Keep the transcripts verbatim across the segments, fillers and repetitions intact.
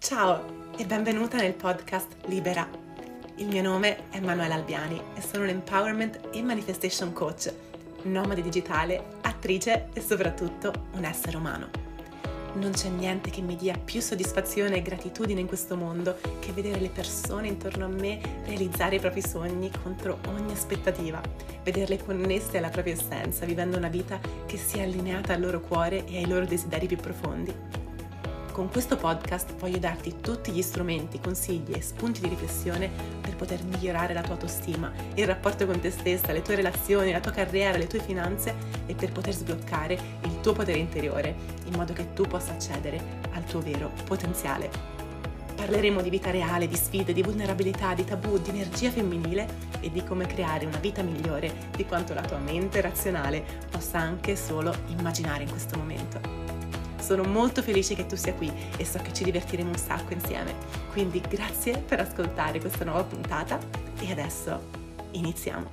Ciao e benvenuta nel podcast Libera. Il mio nome è Manuela Albiani e sono un empowerment e manifestation coach, nomade digitale, attrice e soprattutto un essere umano. Non c'è niente che mi dia più soddisfazione e gratitudine in questo mondo che vedere le persone intorno a me realizzare i propri sogni contro ogni aspettativa, vederle connesse alla propria essenza, vivendo una vita che sia allineata al loro cuore e ai loro desideri più profondi. Con questo podcast voglio darti tutti gli strumenti, consigli e spunti di riflessione per poter migliorare la tua autostima, il rapporto con te stessa, le tue relazioni, la tua carriera, le tue finanze e per poter sbloccare il tuo potere interiore in modo che tu possa accedere al tuo vero potenziale. Parleremo di vita reale, di sfide, di vulnerabilità, di tabù, di energia femminile e di come creare una vita migliore di quanto la tua mente razionale possa anche solo immaginare in questo momento. Sono molto felice che tu sia qui e so che ci divertiremo un sacco insieme. Quindi grazie per ascoltare questa nuova puntata e adesso iniziamo.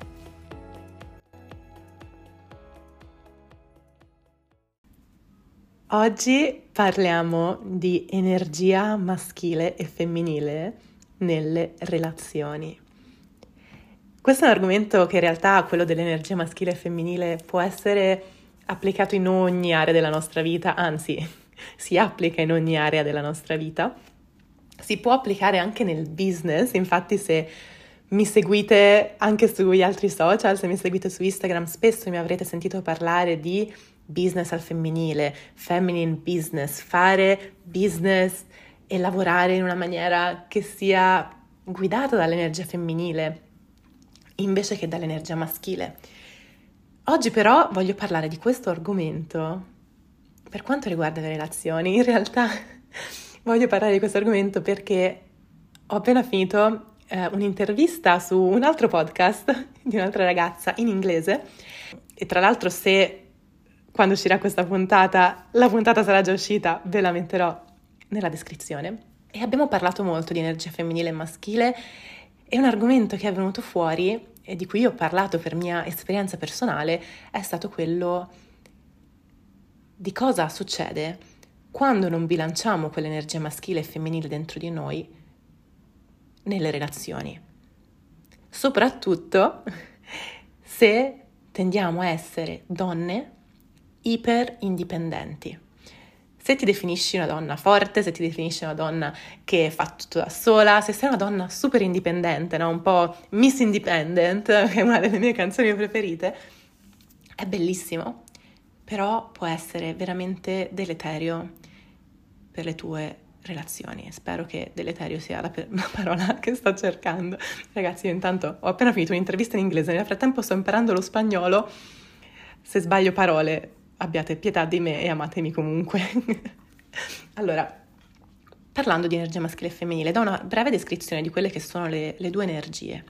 Oggi parliamo di energia maschile e femminile nelle relazioni. Questo è un argomento che in realtà, quello dell'energia maschile e femminile, può essere applicato in ogni area della nostra vita, anzi si applica in ogni area della nostra vita. Si può applicare anche nel business, infatti se mi seguite anche sugli altri social, se mi seguite su Instagram, spesso mi avrete sentito parlare di business al femminile, feminine business, fare business e lavorare in una maniera che sia guidata dall'energia femminile invece che dall'energia maschile. Oggi però voglio parlare di questo argomento per quanto riguarda le relazioni. In realtà voglio parlare di questo argomento perché ho appena finito eh, un'intervista su un altro podcast di un'altra ragazza in inglese e tra l'altro se quando uscirà questa puntata, la puntata sarà già uscita, ve la metterò nella descrizione. E abbiamo parlato molto di energia femminile e maschile e un argomento che è venuto fuori e di cui io ho parlato per mia esperienza personale è stato quello di cosa succede quando non bilanciamo quell'energia maschile e femminile dentro di noi nelle relazioni. Soprattutto se tendiamo a essere donne iper indipendenti. Se ti definisci una donna forte, se ti definisci una donna che fa tutto da sola, se sei una donna super indipendente, no? Un po' Miss Independent, che è una delle mie canzoni preferite, è bellissimo, però può essere veramente deleterio per le tue relazioni. Spero che deleterio sia la, pe- la parola che sto cercando. Ragazzi, io intanto ho appena finito un'intervista in inglese, nel frattempo sto imparando lo spagnolo. Se sbaglio parole, abbiate pietà di me e amatemi comunque. Allora, parlando di energia maschile e femminile, do una breve descrizione di quelle che sono le, le due energie.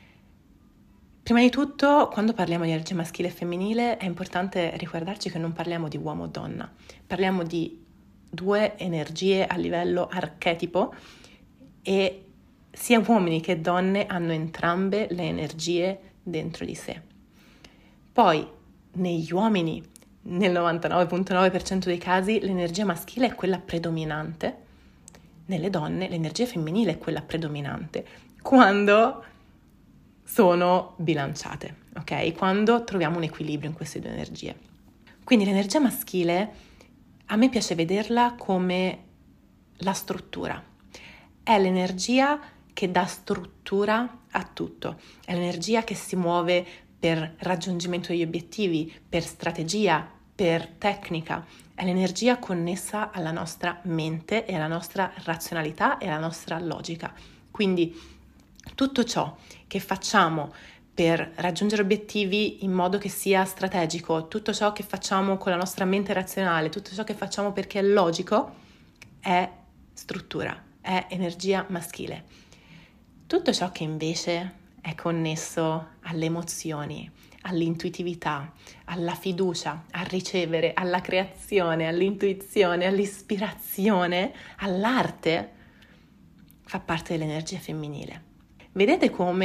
Prima di tutto, quando parliamo di energia maschile e femminile, è importante ricordarci che non parliamo di uomo o donna, parliamo di due energie a livello archetipo e sia uomini che donne hanno entrambe le energie dentro di sé. Poi, negli uomini, nel novantanove virgola nove per cento dei casi l'energia maschile è quella predominante, nelle donne l'energia femminile è quella predominante, quando sono bilanciate, ok? Quando troviamo un equilibrio in queste due energie. Quindi l'energia maschile, a me piace vederla come la struttura, è l'energia che dà struttura a tutto, è l'energia che si muove per raggiungimento degli obiettivi, per strategia, per tecnica. È l'energia connessa alla nostra mente e alla nostra razionalità e alla nostra logica. Quindi tutto ciò che facciamo per raggiungere obiettivi in modo che sia strategico, tutto ciò che facciamo con la nostra mente razionale, tutto ciò che facciamo perché è logico, è struttura, è energia maschile. Tutto ciò che invece è connesso alle emozioni, all'intuitività, alla fiducia, a ricevere, alla creazione, all'intuizione, all'ispirazione, all'arte, fa parte dell'energia femminile. Vedete come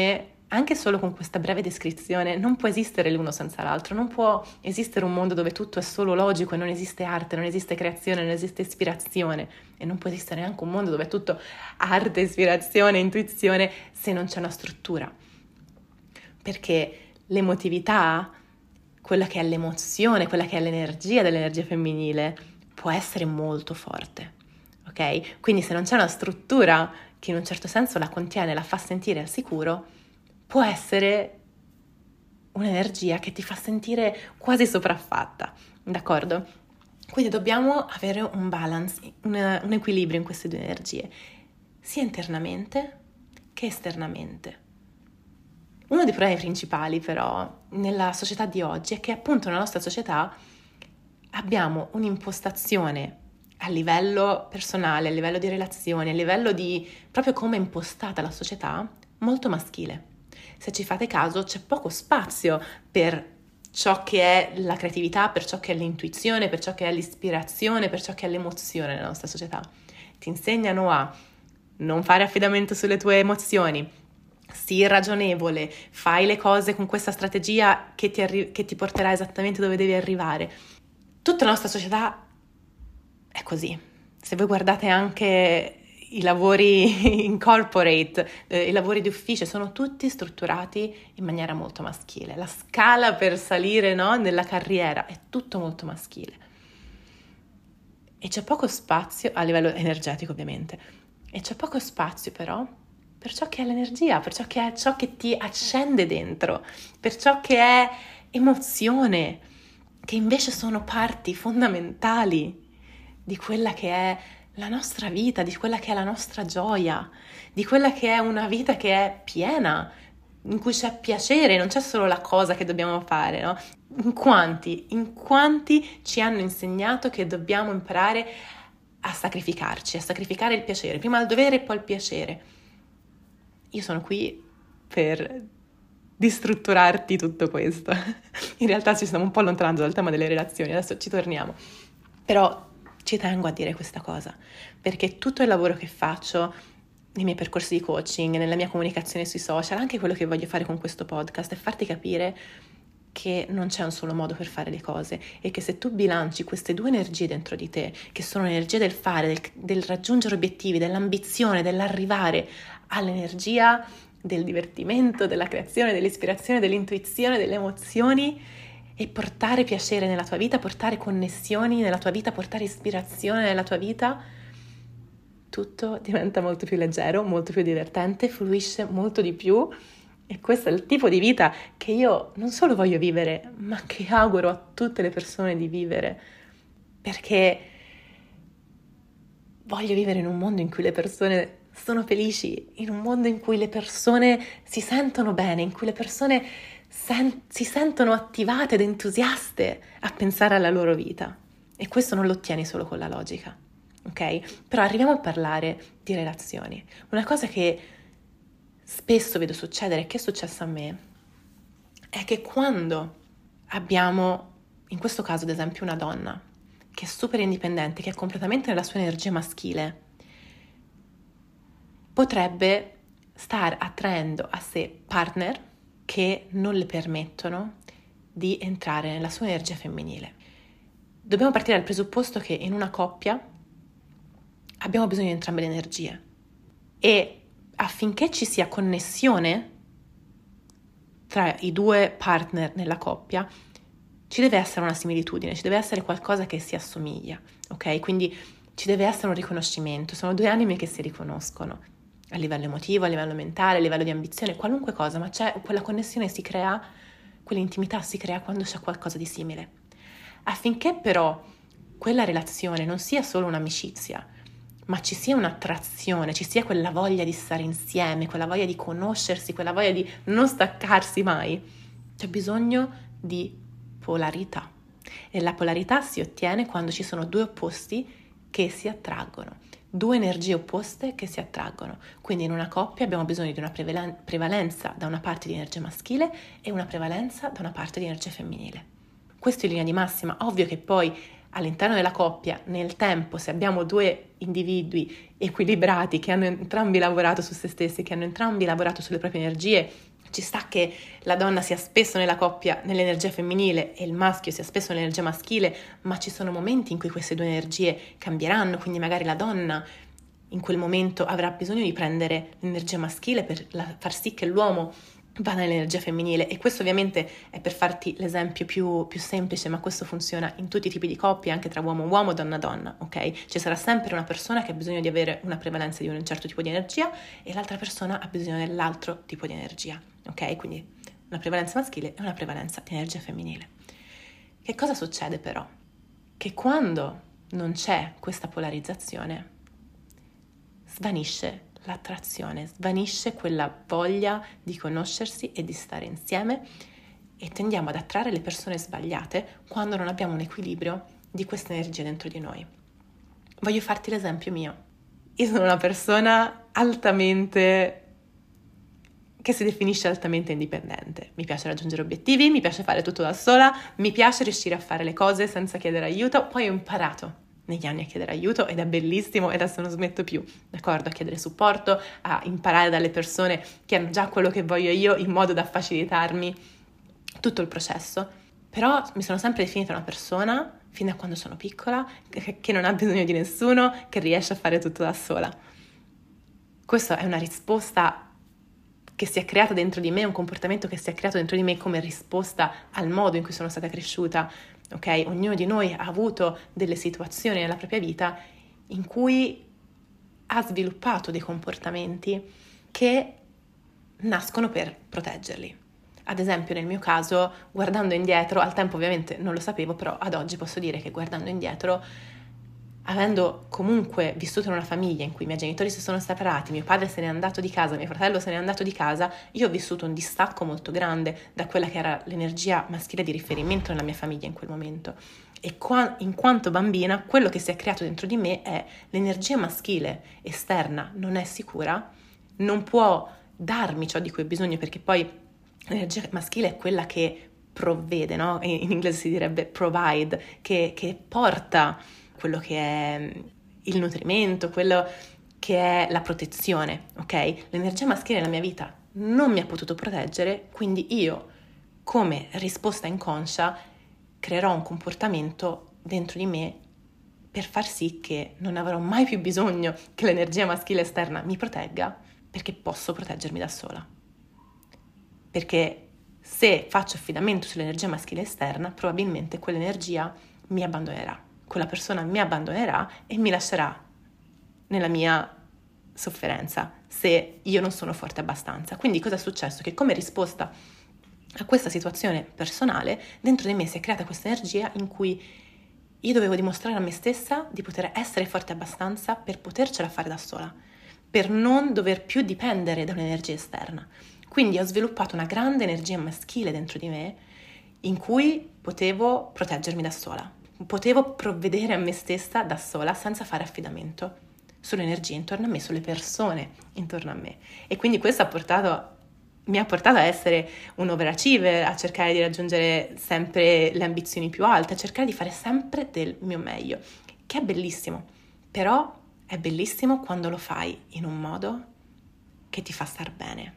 anche solo con questa breve descrizione, non può esistere l'uno senza l'altro, non può esistere un mondo dove tutto è solo logico e non esiste arte, non esiste creazione, non esiste ispirazione, e non può esistere neanche un mondo dove è tutto arte, ispirazione, intuizione, se non c'è una struttura. Perché l'emotività, quella che è l'emozione, quella che è l'energia dell'energia femminile, può essere molto forte, ok? Quindi se non c'è una struttura che in un certo senso la contiene, la fa sentire al sicuro, può essere un'energia che ti fa sentire quasi sopraffatta, d'accordo? Quindi dobbiamo avere un balance, un, un equilibrio in queste due energie, sia internamente che esternamente. Uno dei problemi principali però nella società di oggi è che appunto nella nostra società abbiamo un'impostazione a livello personale, a livello di relazioni, a livello di proprio come è impostata la società, molto maschile. Se ci fate caso, c'è poco spazio per ciò che è la creatività, per ciò che è l'intuizione, per ciò che è l'ispirazione, per ciò che è l'emozione nella nostra società. Ti insegnano a non fare affidamento sulle tue emozioni, sii ragionevole, fai le cose con questa strategia che ti, arri- che ti porterà esattamente dove devi arrivare. Tutta la nostra società è così. Se voi guardate anche i lavori in corporate, eh, i lavori di ufficio, sono tutti strutturati in maniera molto maschile. La scala per salire, no, nella carriera è tutto molto maschile. E c'è poco spazio, a livello energetico ovviamente, e c'è poco spazio però per ciò che è l'energia, per ciò che è ciò che ti accende dentro, per ciò che è emozione, che invece sono parti fondamentali di quella che è la nostra vita, di quella che è la nostra gioia, di quella che è una vita che è piena, in cui c'è piacere, non c'è solo la cosa che dobbiamo fare, no? In quanti, in quanti ci hanno insegnato che dobbiamo imparare a sacrificarci, a sacrificare il piacere, prima il dovere e poi il piacere. Io sono qui per distrutturarti tutto questo. In realtà ci stiamo un po' allontanando dal tema delle relazioni, adesso ci torniamo. Però ci tengo a dire questa cosa, perché tutto il lavoro che faccio nei miei percorsi di coaching, nella mia comunicazione sui social, anche quello che voglio fare con questo podcast, è farti capire che non c'è un solo modo per fare le cose e che se tu bilanci queste due energie dentro di te, che sono l'energia del fare, del, del raggiungere obiettivi, dell'ambizione, dell'arrivare all'energia del divertimento, della creazione, dell'ispirazione, dell'intuizione, delle emozioni, e portare piacere nella tua vita, portare connessioni nella tua vita, portare ispirazione nella tua vita, tutto diventa molto più leggero, molto più divertente, fluisce molto di più, e questo è il tipo di vita che io non solo voglio vivere, ma che auguro a tutte le persone di vivere, perché voglio vivere in un mondo in cui le persone sono felici, in un mondo in cui le persone si sentono bene, in cui le persone sen- si sentono attivate ed entusiaste a pensare alla loro vita. E questo non lo ottieni solo con la logica, ok? Però arriviamo a parlare di relazioni. Una cosa che spesso vedo succedere, che è successa a me, è che quando abbiamo, in questo caso ad esempio, una donna che è super indipendente, che è completamente nella sua energia maschile, potrebbe star attraendo a sé partner che non le permettono di entrare nella sua energia femminile. Dobbiamo partire dal presupposto che in una coppia abbiamo bisogno di entrambe le energie e affinché ci sia connessione tra i due partner nella coppia ci deve essere una similitudine, ci deve essere qualcosa che si assomiglia, ok? Quindi ci deve essere un riconoscimento, sono due anime che si riconoscono a livello emotivo, a livello mentale, a livello di ambizione, qualunque cosa, ma c'è quella connessione, si crea, quell'intimità si crea quando c'è qualcosa di simile. Affinché però quella relazione non sia solo un'amicizia, ma ci sia un'attrazione, ci sia quella voglia di stare insieme, quella voglia di conoscersi, quella voglia di non staccarsi mai, c'è bisogno di polarità. E la polarità si ottiene quando ci sono due opposti che si attraggono. Due energie opposte che si attraggono. Quindi in una coppia abbiamo bisogno di una prevalen- prevalenza da una parte di energia maschile e una prevalenza da una parte di energia femminile. Questo in linea di massima. Ovvio che poi all'interno della coppia, nel tempo, se abbiamo due individui equilibrati che hanno entrambi lavorato su se stessi, che hanno entrambi lavorato sulle proprie energie, Ci sta che la donna sia spesso nella coppia nell'energia femminile e il maschio sia spesso nell'energia maschile, ma ci sono momenti in cui queste due energie cambieranno, quindi magari la donna in quel momento avrà bisogno di prendere l'energia maschile per la, far sì che l'uomo vada nell'energia femminile, e questo ovviamente è per farti l'esempio più, più semplice, ma questo funziona in tutti i tipi di coppie, anche tra uomo-uomo, donna-donna, ok? Ci sarà sempre una persona che ha bisogno di avere una prevalenza di un certo tipo di energia e l'altra persona ha bisogno dell'altro tipo di energia, ok? Quindi una prevalenza maschile e una prevalenza di energia femminile. Che cosa succede però? Che quando non c'è questa polarizzazione, svanisce l'attrazione, svanisce quella voglia di conoscersi e di stare insieme, e tendiamo ad attrarre le persone sbagliate quando non abbiamo un equilibrio di questa energia dentro di noi. Voglio farti l'esempio mio. Io sono una persona altamente che si definisce altamente indipendente. Mi piace raggiungere obiettivi, mi piace fare tutto da sola, mi piace riuscire a fare le cose senza chiedere aiuto. Poi ho imparato negli anni a chiedere aiuto ed è bellissimo, e adesso non smetto più, d'accordo, a chiedere supporto, a imparare dalle persone che hanno già quello che voglio io in modo da facilitarmi tutto il processo. Però mi sono sempre definita una persona, fin da quando sono piccola, che non ha bisogno di nessuno, che riesce a fare tutto da sola. Questa è una risposta che si è creata dentro di me, un comportamento che si è creato dentro di me come risposta al modo in cui sono stata cresciuta. Ok, ognuno di noi ha avuto delle situazioni nella propria vita in cui ha sviluppato dei comportamenti che nascono per proteggerli. Ad esempio, nel mio caso, guardando indietro, al tempo ovviamente non lo sapevo, però ad oggi posso dire che guardando indietro, avendo comunque vissuto in una famiglia in cui i miei genitori si sono separati, mio padre se n'è andato di casa, mio fratello se n'è andato di casa, io ho vissuto un distacco molto grande da quella che era l'energia maschile di riferimento nella mia famiglia in quel momento. E qua, in quanto bambina, quello che si è creato dentro di me è l'energia maschile esterna non è sicura, non può darmi ciò di cui ho bisogno, perché poi l'energia maschile è quella che provvede, no? In inglese si direbbe provide, che, che porta quello che è il nutrimento, quello che è la protezione, ok? L'energia maschile nella mia vita non mi ha potuto proteggere, quindi io, come risposta inconscia, creerò un comportamento dentro di me per far sì che non avrò mai più bisogno che l'energia maschile esterna mi protegga, perché posso proteggermi da sola. Perché se faccio affidamento sull'energia maschile esterna, probabilmente quell'energia mi abbandonerà. Quella persona mi abbandonerà e mi lascerà nella mia sofferenza se io non sono forte abbastanza. Quindi cosa è successo? Che come risposta a questa situazione personale, dentro di me si è creata questa energia in cui io dovevo dimostrare a me stessa di poter essere forte abbastanza per potercela fare da sola, per non dover più dipendere da un'energia esterna. Quindi ho sviluppato una grande energia maschile dentro di me in cui potevo proteggermi da sola. Potevo provvedere a me stessa da sola senza fare affidamento sulle energie intorno a me, sulle persone intorno a me. E quindi questo ha portato, mi ha portato a essere un overachiever, a cercare di raggiungere sempre le ambizioni più alte, a cercare di fare sempre del mio meglio, che è bellissimo. Però è bellissimo quando lo fai in un modo che ti fa star bene,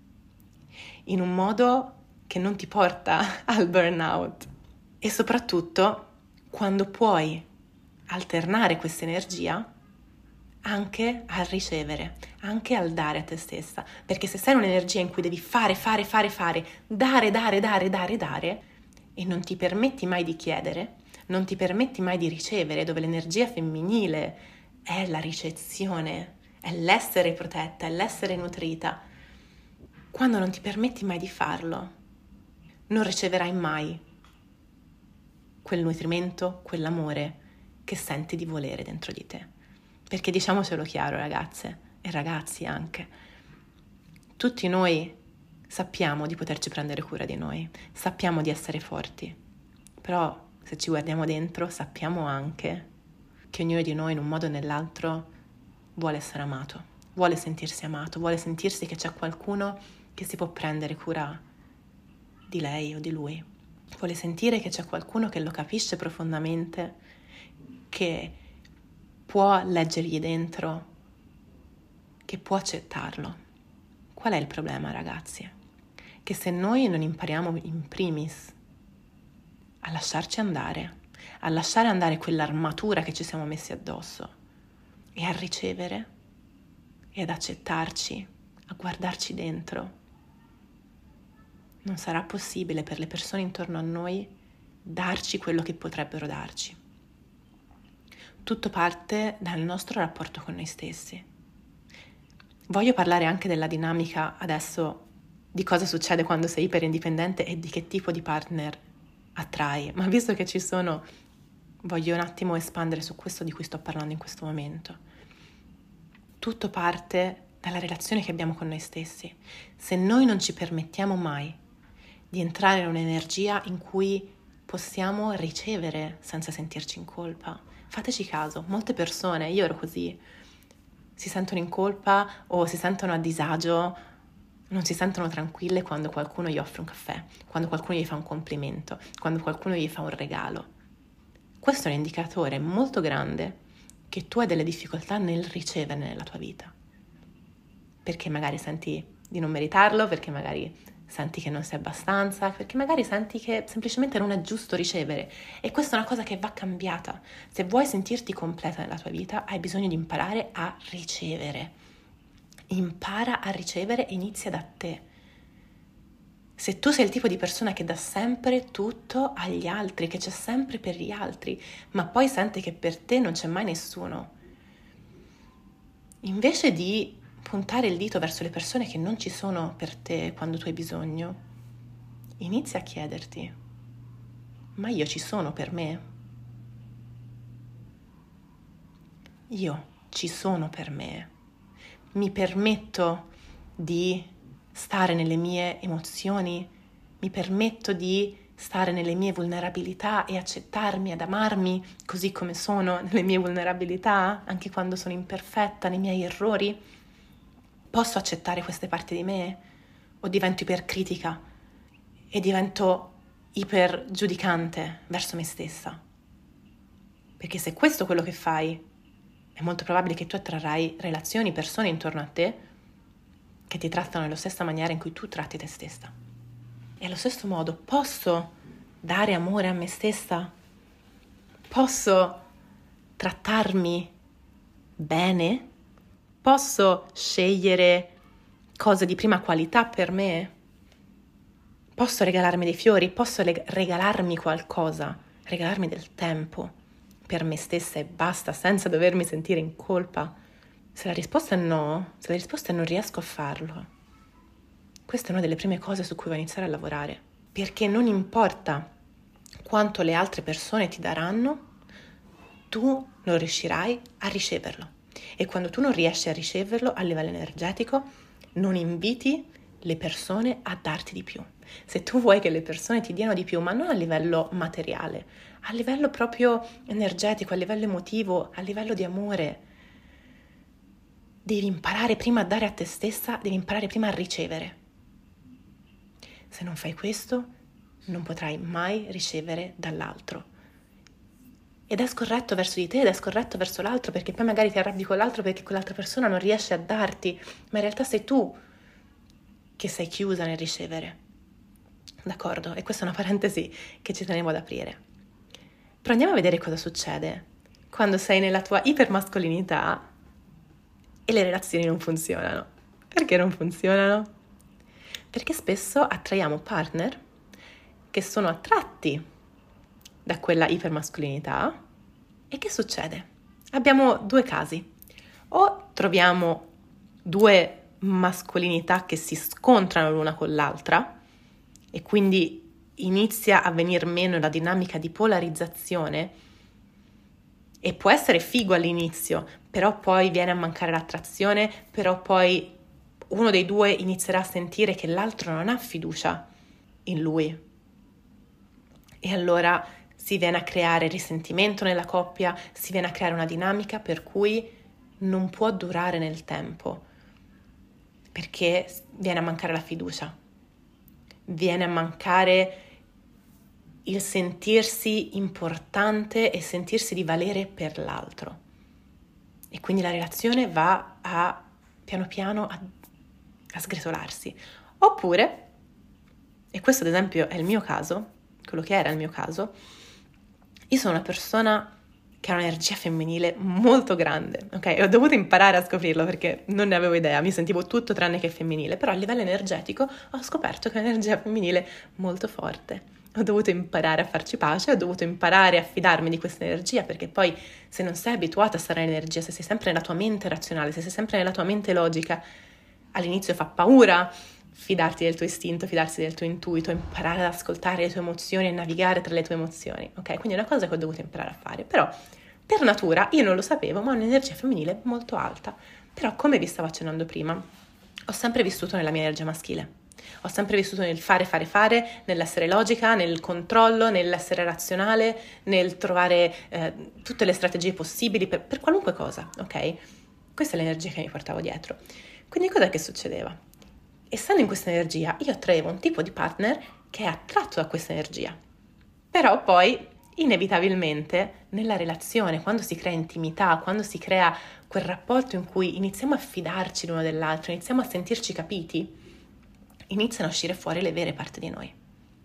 in un modo che non ti porta al burnout, e soprattutto quando puoi alternare questa energia anche al ricevere, anche al dare a te stessa, perché se sei in un'energia in cui devi fare, fare, fare, fare, dare, dare, dare, dare, dare, e non ti permetti mai di chiedere, non ti permetti mai di ricevere, dove l'energia femminile è la ricezione, è l'essere protetta, è l'essere nutrita, quando non ti permetti mai di farlo, non riceverai mai quel nutrimento, quell'amore che senti di volere dentro di te. Perché diciamocelo chiaro, ragazze e ragazzi anche, tutti noi sappiamo di poterci prendere cura di noi, sappiamo di essere forti, però se ci guardiamo dentro sappiamo anche che ognuno di noi in un modo o nell'altro vuole essere amato, vuole sentirsi amato, vuole sentirsi che c'è qualcuno che si può prendere cura di lei o di lui. Vuole sentire che c'è qualcuno che lo capisce profondamente, che può leggergli dentro, che può accettarlo. Qual è il problema, ragazzi? che se noi non impariamo in primis a lasciarci andare, a lasciare andare quell'armatura che ci siamo messi addosso e a ricevere e ad accettarci, a guardarci dentro, non sarà possibile per le persone intorno a noi darci quello che potrebbero darci. Tutto parte dal nostro rapporto con noi stessi. Voglio parlare anche della dinamica adesso di cosa succede quando sei iperindipendente e di che tipo di partner attrai, ma visto che ci sono, voglio un attimo espandere su questo di cui sto parlando in questo momento. Tutto parte dalla relazione che abbiamo con noi stessi. Se noi non ci permettiamo mai di entrare in un'energia in cui possiamo ricevere senza sentirci in colpa, fateci caso, molte persone, io ero così, si sentono in colpa o si sentono a disagio, non si sentono tranquille quando qualcuno gli offre un caffè, quando qualcuno gli fa un complimento, quando qualcuno gli fa un regalo. Questo è un indicatore molto grande che tu hai delle difficoltà nel ricevere nella tua vita. Perché magari senti di non meritarlo, perché magari senti che non sei abbastanza, perché magari senti che semplicemente non è giusto ricevere. E questa è una cosa che va cambiata. Se vuoi sentirti completa nella tua vita, hai bisogno di imparare a ricevere. Impara a ricevere e inizia da te. Se tu sei il tipo di persona che dà sempre tutto agli altri, che c'è sempre per gli altri, ma poi sente che per te non c'è mai nessuno, invece di puntare il dito verso le persone che non ci sono per te quando tu hai bisogno, inizia a chiederti: ma io ci sono per me? Io ci sono per me? Mi permetto di stare nelle mie emozioni? Mi permetto di stare nelle mie vulnerabilità e accettarmi, ad amarmi così come sono nelle mie vulnerabilità, anche quando sono imperfetta, nei miei errori? Posso accettare queste parti di me? O divento ipercritica e divento ipergiudicante verso me stessa? Perché se questo è quello che fai, è molto probabile che tu attrarrai relazioni, persone intorno a te che ti trattano nella stessa maniera in cui tu tratti te stessa. E allo stesso modo, posso dare amore a me stessa? Posso trattarmi bene? Posso scegliere cose di prima qualità per me? Posso regalarmi dei fiori? Posso leg- regalarmi qualcosa? Regalarmi del tempo per me stessa e basta, senza dovermi sentire in colpa? Se la risposta è no, se la risposta è non riesco a farlo, questa è una delle prime cose su cui vuoi iniziare a lavorare, perché non importa quanto le altre persone ti daranno, tu non riuscirai a riceverlo. E quando tu non riesci a riceverlo a livello energetico, non inviti le persone a darti di più. Se tu vuoi che le persone ti diano di più, ma non a livello materiale, a livello proprio energetico, a livello emotivo, a livello di amore, devi imparare prima a dare a te stessa, devi imparare prima a ricevere. Se non fai questo, non potrai mai ricevere dall'altro. Ed è scorretto verso di te, ed è scorretto verso l'altro, perché poi magari ti arrabbi con l'altro perché quell'altra persona non riesce a darti, ma in realtà sei tu che sei chiusa nel ricevere. D'accordo? E questa è una parentesi che ci tenevo ad aprire. Però andiamo a vedere cosa succede quando sei nella tua ipermascolinità e le relazioni non funzionano. Perché non funzionano? Perché spesso attraiamo partner che sono attratti da quella ipermascolinità. E che succede? Abbiamo due casi. O troviamo due mascolinità che si scontrano l'una con l'altra e quindi inizia a venir meno la dinamica di polarizzazione, e può essere figo all'inizio, però poi viene a mancare l'attrazione, però poi uno dei due inizierà a sentire che l'altro non ha fiducia in lui. E allora si viene a creare risentimento nella coppia, si viene a creare una dinamica per cui non può durare nel tempo, perché viene a mancare la fiducia, viene a mancare il sentirsi importante e sentirsi di valere per l'altro. E quindi la relazione va a piano piano a, a sgretolarsi. Oppure e questo ad esempio è il mio caso, quello che era il mio caso, io sono una persona che ha un'energia femminile molto grande, ok? E ho dovuto imparare a scoprirlo perché non ne avevo idea, mi sentivo tutto tranne che femminile, però a livello energetico ho scoperto che ho un'energia femminile molto forte. Ho dovuto imparare a farci pace, ho dovuto imparare a fidarmi di questa energia, perché poi se non sei abituata a stare nell'energia, se sei sempre nella tua mente razionale, se sei sempre nella tua mente logica, all'inizio fa paura fidarti del tuo istinto, fidarsi del tuo intuito, imparare ad ascoltare le tue emozioni e navigare tra le tue emozioni, ok? Quindi è una cosa che ho dovuto imparare a fare, però per natura io non lo sapevo, ma ho un'energia femminile molto alta. Però come vi stavo accennando prima, ho sempre vissuto nella mia energia maschile. Ho sempre vissuto nel fare, fare, fare, nell'essere logica, nel controllo, nell'essere razionale, nel trovare eh, tutte le strategie possibili per, per qualunque cosa, ok? Questa è l'energia che mi portavo dietro. Quindi cos'è che succedeva? Essendo in questa energia, io attraevo un tipo di partner che è attratto da questa energia. Però poi, inevitabilmente, nella relazione, quando si crea intimità, quando si crea quel rapporto in cui iniziamo a fidarci l'uno dell'altro, iniziamo a sentirci capiti, iniziano a uscire fuori le vere parti di noi.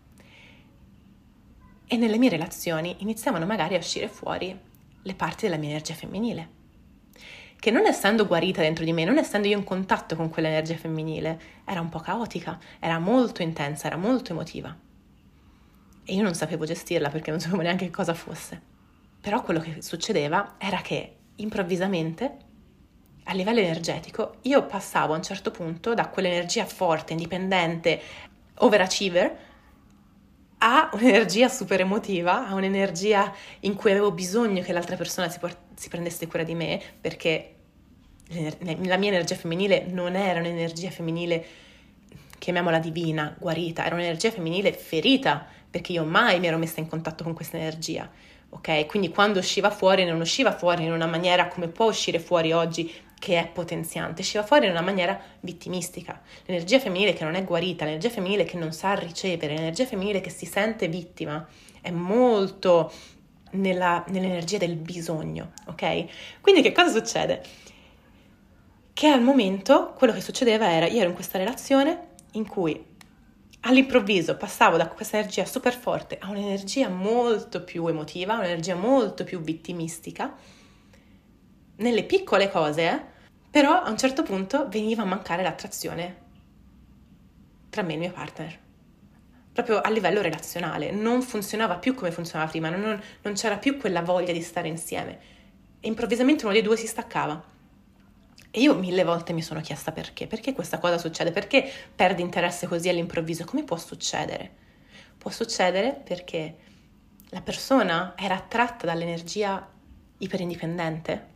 E nelle mie relazioni iniziavano magari a uscire fuori le parti della mia energia femminile, che non essendo guarita dentro di me, non essendo io in contatto con quell'energia femminile, era un po' caotica, era molto intensa, era molto emotiva. E io non sapevo gestirla perché non sapevo neanche che cosa fosse. Però quello che succedeva era che improvvisamente, a livello energetico, io passavo a un certo punto da quell'energia forte, indipendente, overachiever, a un'energia super emotiva, a un'energia in cui avevo bisogno che l'altra persona si, port- si prendesse cura di me, perché la mia energia femminile non era un'energia femminile, chiamiamola divina, guarita, era un'energia femminile ferita, perché io mai mi ero messa in contatto con questa energia, ok? Quindi quando usciva fuori, non usciva fuori in una maniera come può uscire fuori oggi, che è potenziante, usciva fuori in una maniera vittimistica. L'energia femminile che non è guarita, l'energia femminile che non sa ricevere, l'energia femminile che si sente vittima, è molto nella, nell'energia del bisogno, ok? Quindi che cosa succede? Che al momento quello che succedeva era, io ero in questa relazione in cui all'improvviso passavo da questa energia super forte a un'energia molto più emotiva, un'energia molto più vittimistica, nelle piccole cose, eh? Però a un certo punto veniva a mancare l'attrazione tra me e il mio partner. Proprio a livello relazionale, non funzionava più come funzionava prima, non, non c'era più quella voglia di stare insieme. E improvvisamente uno dei due si staccava. E io mille volte mi sono chiesta perché. Perché questa cosa succede? Perché perdi interesse così all'improvviso? Come può succedere? Può succedere perché la persona era attratta dall'energia iperindipendente,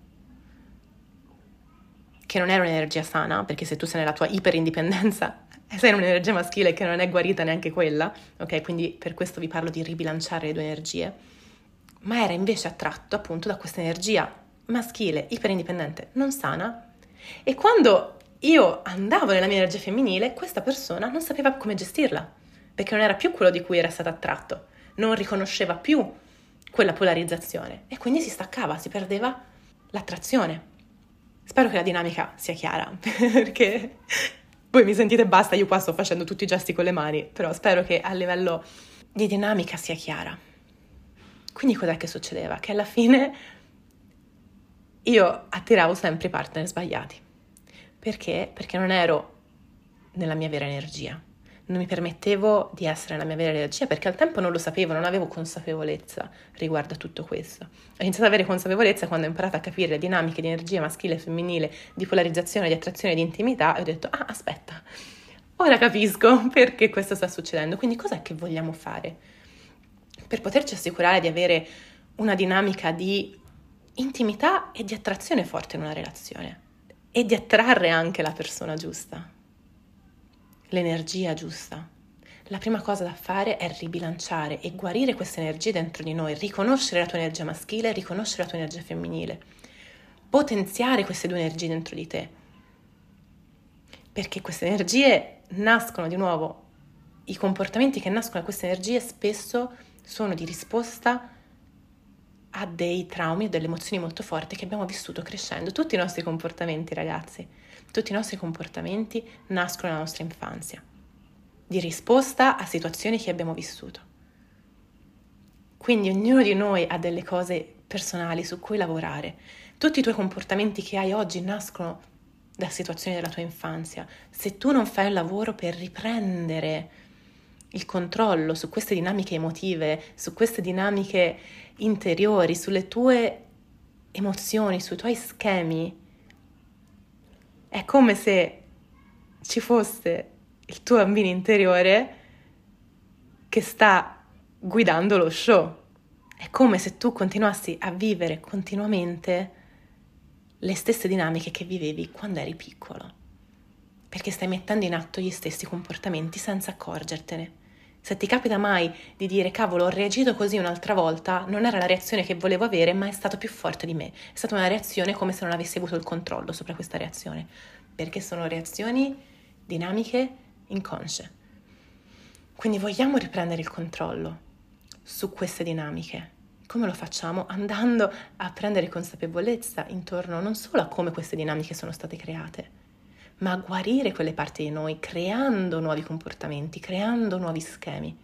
che non era un'energia sana, perché se tu sei nella tua iperindipendenza sei in un'energia maschile che non è guarita neanche quella, ok? Quindi per questo vi parlo di ribilanciare le due energie, ma era invece attratto appunto da questa energia maschile, iperindipendente, non sana, e quando io andavo nella mia energia femminile, questa persona non sapeva come gestirla, perché non era più quello di cui era stato attratto, non riconosceva più quella polarizzazione, e quindi si staccava, si perdeva l'attrazione. Spero che la dinamica sia chiara, perché voi mi sentite basta, io qua sto facendo tutti i gesti con le mani, però spero che a livello di dinamica sia chiara. Quindi cos'è che succedeva? Che alla fine io attiravo sempre i partner sbagliati. Perché? Perché non ero nella mia vera energia. Non mi permettevo di essere nella mia vera energia perché al tempo non lo sapevo, non avevo consapevolezza riguardo a tutto questo. Ho iniziato ad avere consapevolezza quando ho imparato a capire le dinamiche di energia maschile e femminile, di polarizzazione, di attrazione, di intimità, e ho detto, ah, aspetta, ora capisco perché questo sta succedendo. Quindi cos'è che vogliamo fare? Per poterci assicurare di avere una dinamica di intimità e di attrazione forte in una relazione e di attrarre anche la persona giusta, l'energia giusta. La prima cosa da fare è ribilanciare e guarire queste energie dentro di noi, riconoscere la tua energia maschile, riconoscere la tua energia femminile, potenziare queste due energie dentro di te, perché queste energie nascono di nuovo, i comportamenti che nascono da queste energie spesso sono di risposta a dei traumi o delle emozioni molto forti che abbiamo vissuto crescendo. Tutti i nostri comportamenti, ragazzi, tutti i nostri comportamenti nascono nella nostra infanzia. di risposta a situazioni che abbiamo vissuto. Quindi ognuno di noi ha delle cose personali su cui lavorare. Tutti i tuoi comportamenti che hai oggi nascono da situazioni della tua infanzia. Se tu non fai un lavoro per riprendere il controllo su queste dinamiche emotive, su queste dinamiche interiori, sulle tue emozioni, sui tuoi schemi, è come se ci fosse il tuo bambino interiore che sta guidando lo show. È come se tu continuassi a vivere continuamente le stesse dinamiche che vivevi quando eri piccolo, perché stai mettendo in atto gli stessi comportamenti senza accorgertene. Se ti capita mai di dire cavolo, ho reagito così un'altra volta, non era la reazione che volevo avere, ma è stato più forte di me. È stata una reazione come se non avessi avuto il controllo sopra questa reazione, perché sono reazioni dinamiche inconsce. Quindi vogliamo riprendere il controllo su queste dinamiche. Come lo facciamo? Andando a prendere consapevolezza intorno non solo a come queste dinamiche sono state create, ma a guarire quelle parti di noi, creando nuovi comportamenti, creando nuovi schemi,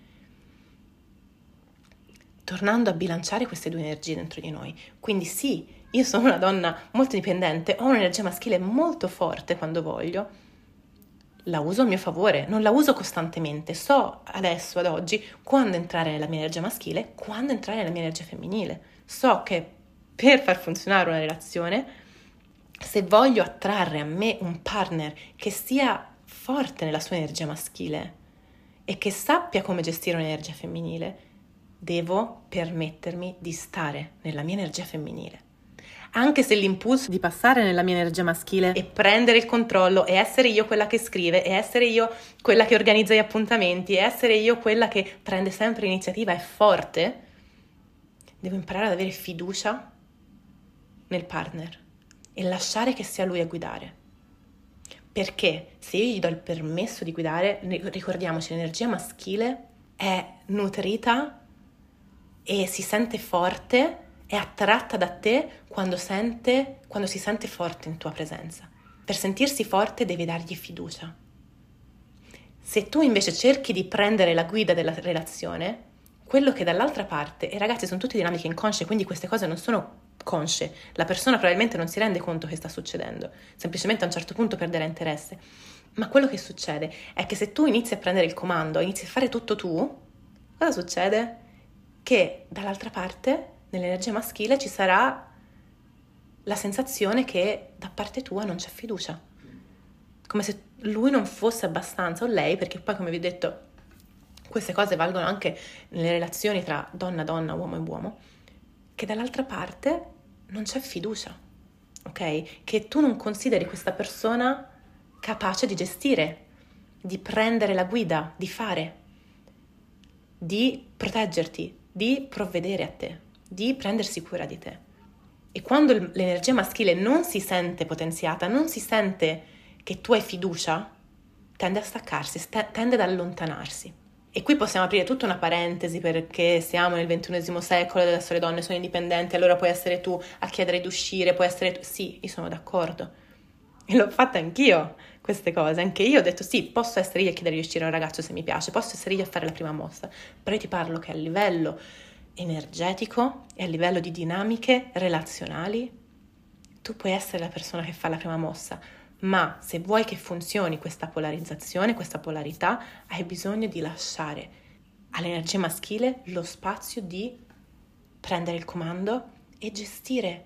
tornando a bilanciare queste due energie dentro di noi. Quindi sì, io sono una donna molto dipendente, ho un'energia maschile molto forte quando voglio, la uso a mio favore, non la uso costantemente, so adesso, ad oggi, quando entrare nella mia energia maschile, quando entrare nella mia energia femminile. So che per far funzionare una relazione, se voglio attrarre a me un partner che sia forte nella sua energia maschile e che sappia come gestire un'energia femminile, devo permettermi di stare nella mia energia femminile. Anche se l'impulso di passare nella mia energia maschile e prendere il controllo e essere io quella che scrive, e essere io quella che organizza gli appuntamenti, e essere io quella che prende sempre l'iniziativa è forte, devo imparare ad avere fiducia nel partner e lasciare che sia lui a guidare. Perché se io gli do il permesso di guidare, ricordiamoci, l'energia maschile è nutrita e si sente forte, è attratta da te quando sente, quando si sente forte in tua presenza. Per sentirsi forte devi dargli fiducia. Se tu invece cerchi di prendere la guida della relazione, quello che dall'altra parte, e ragazzi sono tutte dinamiche inconsce, quindi queste cose non sono consce, la persona probabilmente non si rende conto che sta succedendo, semplicemente a un certo punto perderà interesse. Ma quello che succede è che se tu inizi a prendere il comando, inizi a fare tutto tu, cosa succede? Che dall'altra parte, nell'energia maschile, ci sarà la sensazione che da parte tua non c'è fiducia, come se lui non fosse abbastanza, o lei, perché poi, come vi ho detto, queste cose valgono anche nelle relazioni tra donna, donna, uomo e uomo, che dall'altra parte non c'è fiducia, ok? Che tu non consideri questa persona capace di gestire, di prendere la guida, di fare, di proteggerti, di provvedere a te, di prendersi cura di te. E quando l'energia maschile non si sente potenziata, non si sente che tu hai fiducia, tende a staccarsi, st- tende ad allontanarsi. E qui possiamo aprire tutta una parentesi, perché siamo nel ventunesimo secolo, adesso le donne sono indipendenti, allora puoi essere tu a chiedere di uscire, puoi essere tu... Sì, io sono d'accordo. E l'ho fatta anch'io, queste cose. Anche io ho detto sì, posso essere io a chiedere di uscire a un ragazzo se mi piace, posso essere io a fare la prima mossa. Però io ti parlo che a livello energetico e a livello di dinamiche relazionali, tu puoi essere la persona che fa la prima mossa, ma se vuoi che funzioni questa polarizzazione, questa polarità, hai bisogno di lasciare all'energia maschile lo spazio di prendere il comando e gestire,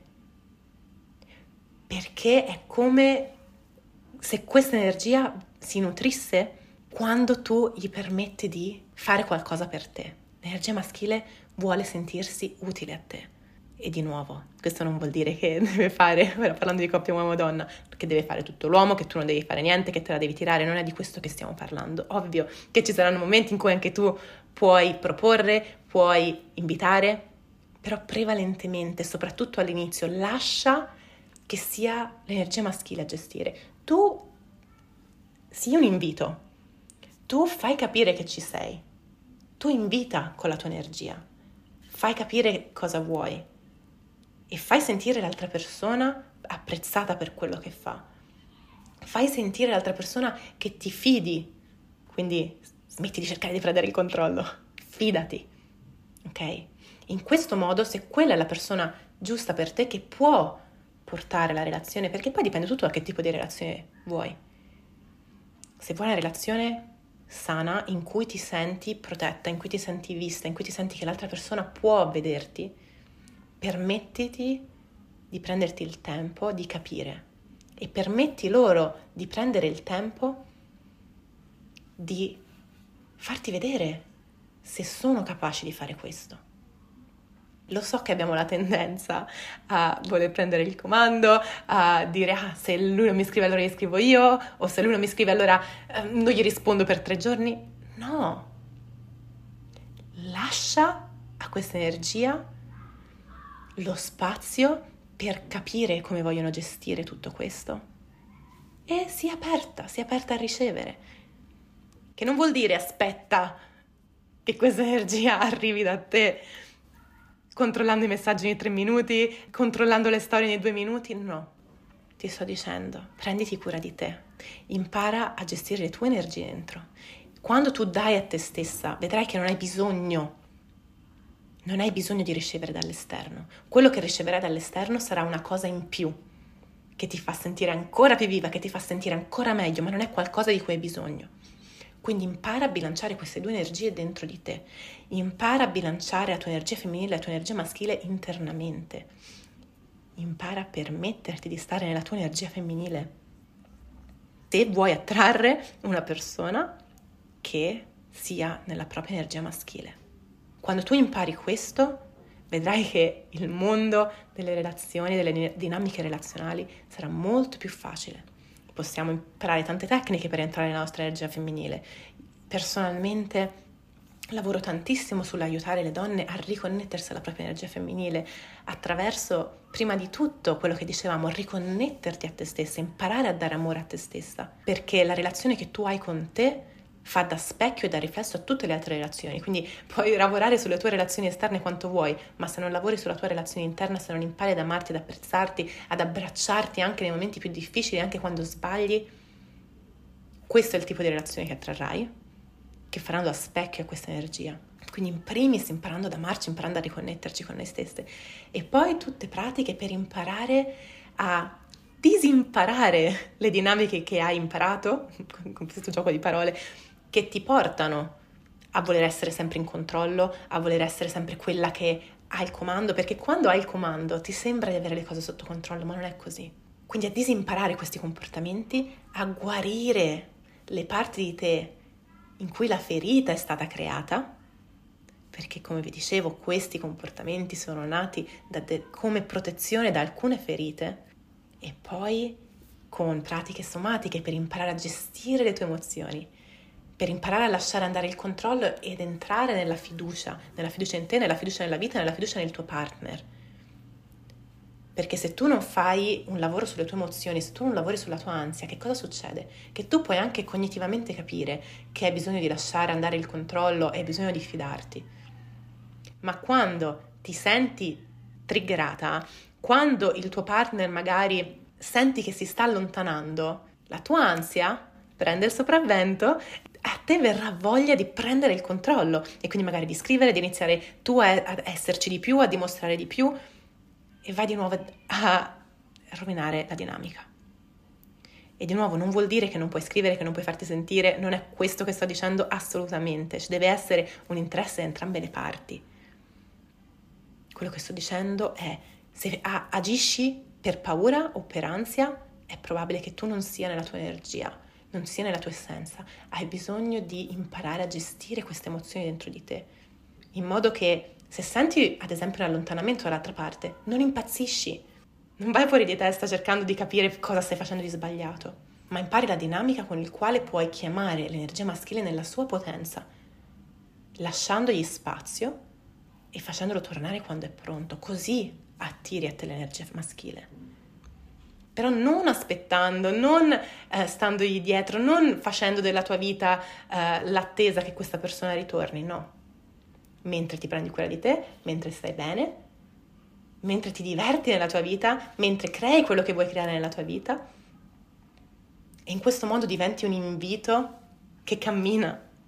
perché è come se questa energia si nutrisse quando tu gli permetti di fare qualcosa per te. L'energia maschile vuole sentirsi utile a te. E di nuovo, questo non vuol dire che deve fare, ora parlando di coppia uomo-donna, che deve fare tutto l'uomo, che tu non devi fare niente, che te la devi tirare, non è di questo che stiamo parlando. Ovvio che ci saranno momenti in cui anche tu puoi proporre, puoi invitare, però prevalentemente, soprattutto all'inizio, lascia che sia l'energia maschile a gestire. Tu sii un invito, tu fai capire che ci sei, tu invita con la tua energia, fai capire cosa vuoi e fai sentire l'altra persona apprezzata per quello che fa. Fai sentire l'altra persona che ti fidi, quindi smetti di cercare di prendere il controllo, fidati, ok? In questo modo, se quella è la persona giusta per te che può portare la relazione, perché poi dipende tutto da che tipo di relazione vuoi. Se vuoi una relazione sana, in cui ti senti protetta, in cui ti senti vista, in cui ti senti che l'altra persona può vederti, permettiti di prenderti il tempo di capire e permetti loro di prendere il tempo di farti vedere se sono capaci di fare questo. Lo so che abbiamo la tendenza a voler prendere il comando, a dire ah, se lui non mi scrive allora gli scrivo io, o se lui non mi scrive allora eh, non gli rispondo per tre giorni. No, lascia a questa energia lo spazio per capire come vogliono gestire tutto questo e sii aperta, sii aperta a ricevere, che non vuol dire aspetta che questa energia arrivi da te controllando i messaggi nei tre minuti, controllando le storie nei due minuti, no. Ti sto dicendo, prenditi cura di te, impara a gestire le tue energie dentro. Quando tu dai a te stessa, vedrai che non hai bisogno, non hai bisogno di ricevere dall'esterno. Quello che riceverai dall'esterno sarà una cosa in più, che ti fa sentire ancora più viva, che ti fa sentire ancora meglio, ma non è qualcosa di cui hai bisogno. Quindi impara a bilanciare queste due energie dentro di te. Impara a bilanciare la tua energia femminile e la tua energia maschile internamente. Impara a permetterti di stare nella tua energia femminile. Se vuoi attrarre una persona che sia nella propria energia maschile. Quando tu impari questo, vedrai che il mondo delle relazioni, delle dinamiche relazionali sarà molto più facile. Possiamo imparare tante tecniche per entrare nella nostra energia femminile. Personalmente lavoro tantissimo sull'aiutare le donne a riconnettersi alla propria energia femminile attraverso, prima di tutto, quello che dicevamo, riconnetterti a te stessa, imparare a dare amore a te stessa, perché la relazione che tu hai con te fa da specchio e da riflesso a tutte le altre relazioni. Quindi puoi lavorare sulle tue relazioni esterne quanto vuoi, ma se non lavori sulla tua relazione interna, se non impari ad amarti, ad apprezzarti, ad abbracciarti anche nei momenti più difficili, anche quando sbagli, questo è il tipo di relazione che attrarrai, che faranno da specchio a questa energia. Quindi in primis imparando ad amarci, imparando a riconnetterci con noi stesse, e poi tutte pratiche per imparare a disimparare le dinamiche che hai imparato con questo gioco di parole, che ti portano a voler essere sempre in controllo, a voler essere sempre quella che ha il comando, perché quando hai il comando ti sembra di avere le cose sotto controllo, ma non è così. Quindi a disimparare questi comportamenti, a guarire le parti di te in cui la ferita è stata creata, perché come vi dicevo questi comportamenti sono nati da de- come protezione da alcune ferite, e poi con pratiche somatiche per imparare a gestire le tue emozioni, per imparare a lasciare andare il controllo ed entrare nella fiducia, nella fiducia in te, nella fiducia nella vita, nella fiducia nel tuo partner. Perché se tu non fai un lavoro sulle tue emozioni, se tu non lavori sulla tua ansia, che cosa succede? Che tu puoi anche cognitivamente capire che hai bisogno di lasciare andare il controllo e hai bisogno di fidarti. Ma quando ti senti triggerata, quando il tuo partner magari senti che si sta allontanando, la tua ansia prende il sopravvento, a te verrà voglia di prendere il controllo e quindi magari di scrivere, di iniziare tu a, ad esserci di più, a dimostrare di più, e vai di nuovo a rovinare la dinamica. E di nuovo non vuol dire che non puoi scrivere, che non puoi farti sentire, non è questo che sto dicendo assolutamente, ci deve essere un interesse da entrambe le parti. Quello che sto dicendo è, se agisci per paura o per ansia, è probabile che tu non sia nella tua energia, non sia nella tua essenza. Hai bisogno di imparare a gestire queste emozioni dentro di te, in modo che se senti ad esempio un allontanamento dall'altra parte, non impazzisci, non vai fuori di testa cercando di capire cosa stai facendo di sbagliato, ma impari la dinamica con il quale puoi chiamare l'energia maschile nella sua potenza, lasciandogli spazio e facendolo tornare quando è pronto, così attiri a te l'energia maschile. Però non aspettando, non eh, standogli dietro, non facendo della tua vita eh, l'attesa che questa persona ritorni, no. Mentre ti prendi cura di te, mentre stai bene, mentre ti diverti nella tua vita, mentre crei quello che vuoi creare nella tua vita, e in questo modo diventi un invito che cammina,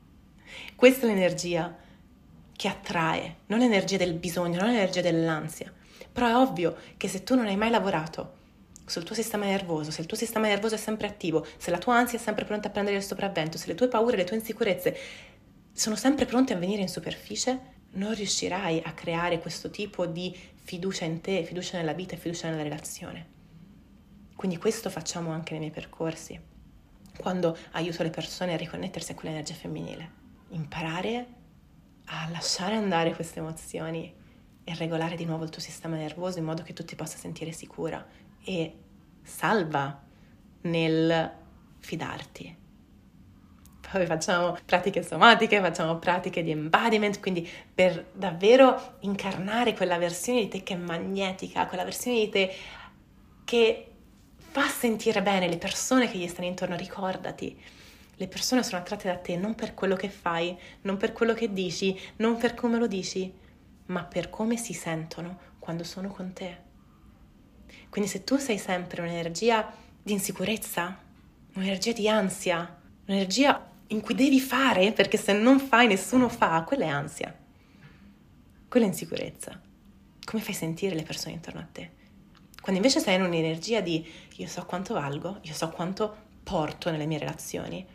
Questa è l'energia che attrae, non l'energia del bisogno, non l'energia dell'ansia. Però è ovvio che se tu non hai mai lavorato sul tuo sistema nervoso, se il tuo sistema nervoso è sempre attivo, se la tua ansia è sempre pronta a prendere il sopravvento, se le tue paure, le tue insicurezze sono sempre pronte a venire in superficie, non riuscirai a creare questo tipo di fiducia in te, fiducia nella vita e fiducia nella relazione. Quindi questo facciamo anche nei miei percorsi, quando aiuto le persone a riconnettersi a quell'energia femminile. Imparare a lasciare andare queste emozioni e regolare di nuovo il tuo sistema nervoso in modo che tu ti possa sentire sicura e salva nel fidarti. Poi facciamo pratiche somatiche, facciamo pratiche di embodiment, quindi per davvero incarnare quella versione di te che è magnetica, quella versione di te che fa sentire bene le persone che gli stanno intorno. Ricordati, le persone sono attratte da te non per quello che fai, non per quello che dici, non per come lo dici, ma per come si sentono quando sono con te. Quindi se tu sei sempre un'energia di insicurezza, un'energia di ansia, un'energia in cui devi fare, perché se non fai nessuno fa, quella è ansia, quella è insicurezza. Come fai sentire le persone intorno a te? Quando invece sei in un'energia di io so quanto valgo, io so quanto porto nelle mie relazioni,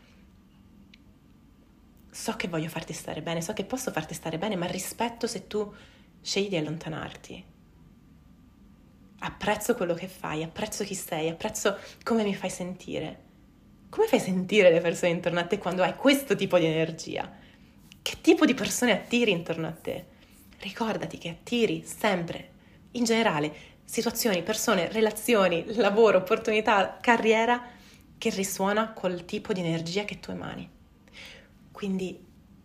so che voglio farti stare bene, so che posso farti stare bene, ma rispetto se tu scegli di allontanarti. Apprezzo quello che fai, apprezzo chi sei, apprezzo come mi fai sentire. Come fai sentire le persone intorno a te quando hai questo tipo di energia? Che tipo di persone attiri intorno a te? Ricordati che attiri sempre, in generale, situazioni, persone, relazioni, lavoro, opportunità, carriera che risuona col tipo di energia che tu emani. Quindi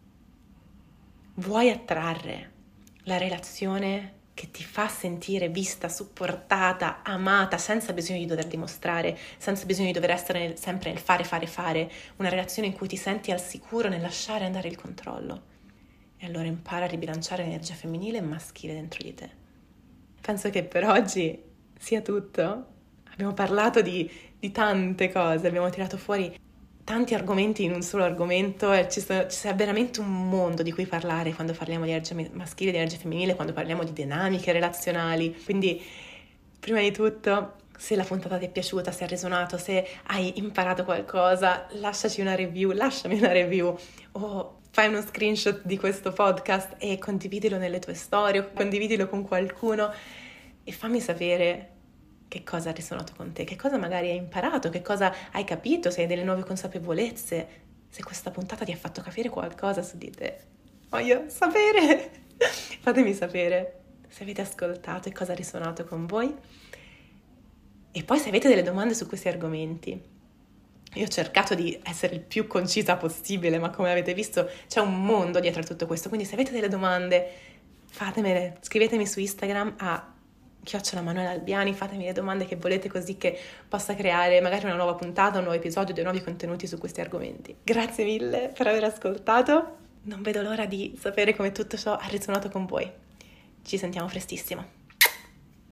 vuoi attrarre la relazione che ti fa sentire vista, supportata, amata, senza bisogno di dover dimostrare, senza bisogno di dover essere nel, sempre nel fare, fare, fare, una relazione in cui ti senti al sicuro nel lasciare andare il controllo. E allora impara a ribilanciare l'energia femminile e maschile dentro di te. Penso che per oggi sia tutto. Abbiamo parlato di, di tante cose, abbiamo tirato fuori tanti argomenti in un solo argomento e ci, sono, ci sarà veramente un mondo di cui parlare quando parliamo di energia maschile e di energia femminile, quando parliamo di dinamiche relazionali. Quindi, prima di tutto, se la puntata ti è piaciuta, se ha resonato, se hai imparato qualcosa, lasciaci una review, lasciami una review o fai uno screenshot di questo podcast e condividilo nelle tue storie, condividilo con qualcuno e fammi sapere che cosa ha risuonato con te, che cosa magari hai imparato, che cosa hai capito, se hai delle nuove consapevolezze, se questa puntata ti ha fatto capire qualcosa su di te. Voglio sapere! Fatemi sapere se avete ascoltato e cosa ha risuonato con voi. E poi se avete delle domande su questi argomenti. Io ho cercato di essere il più concisa possibile, ma come avete visto c'è un mondo dietro a tutto questo, quindi se avete delle domande fatemele, scrivetemi su Instagram a chiocciola Manuela Albiani, fatemi le domande che volete così che possa creare magari una nuova puntata, un nuovo episodio, dei nuovi contenuti su questi argomenti. Grazie mille per aver ascoltato, non vedo l'ora di sapere come tutto ciò ha risuonato con voi. Ci sentiamo prestissimo.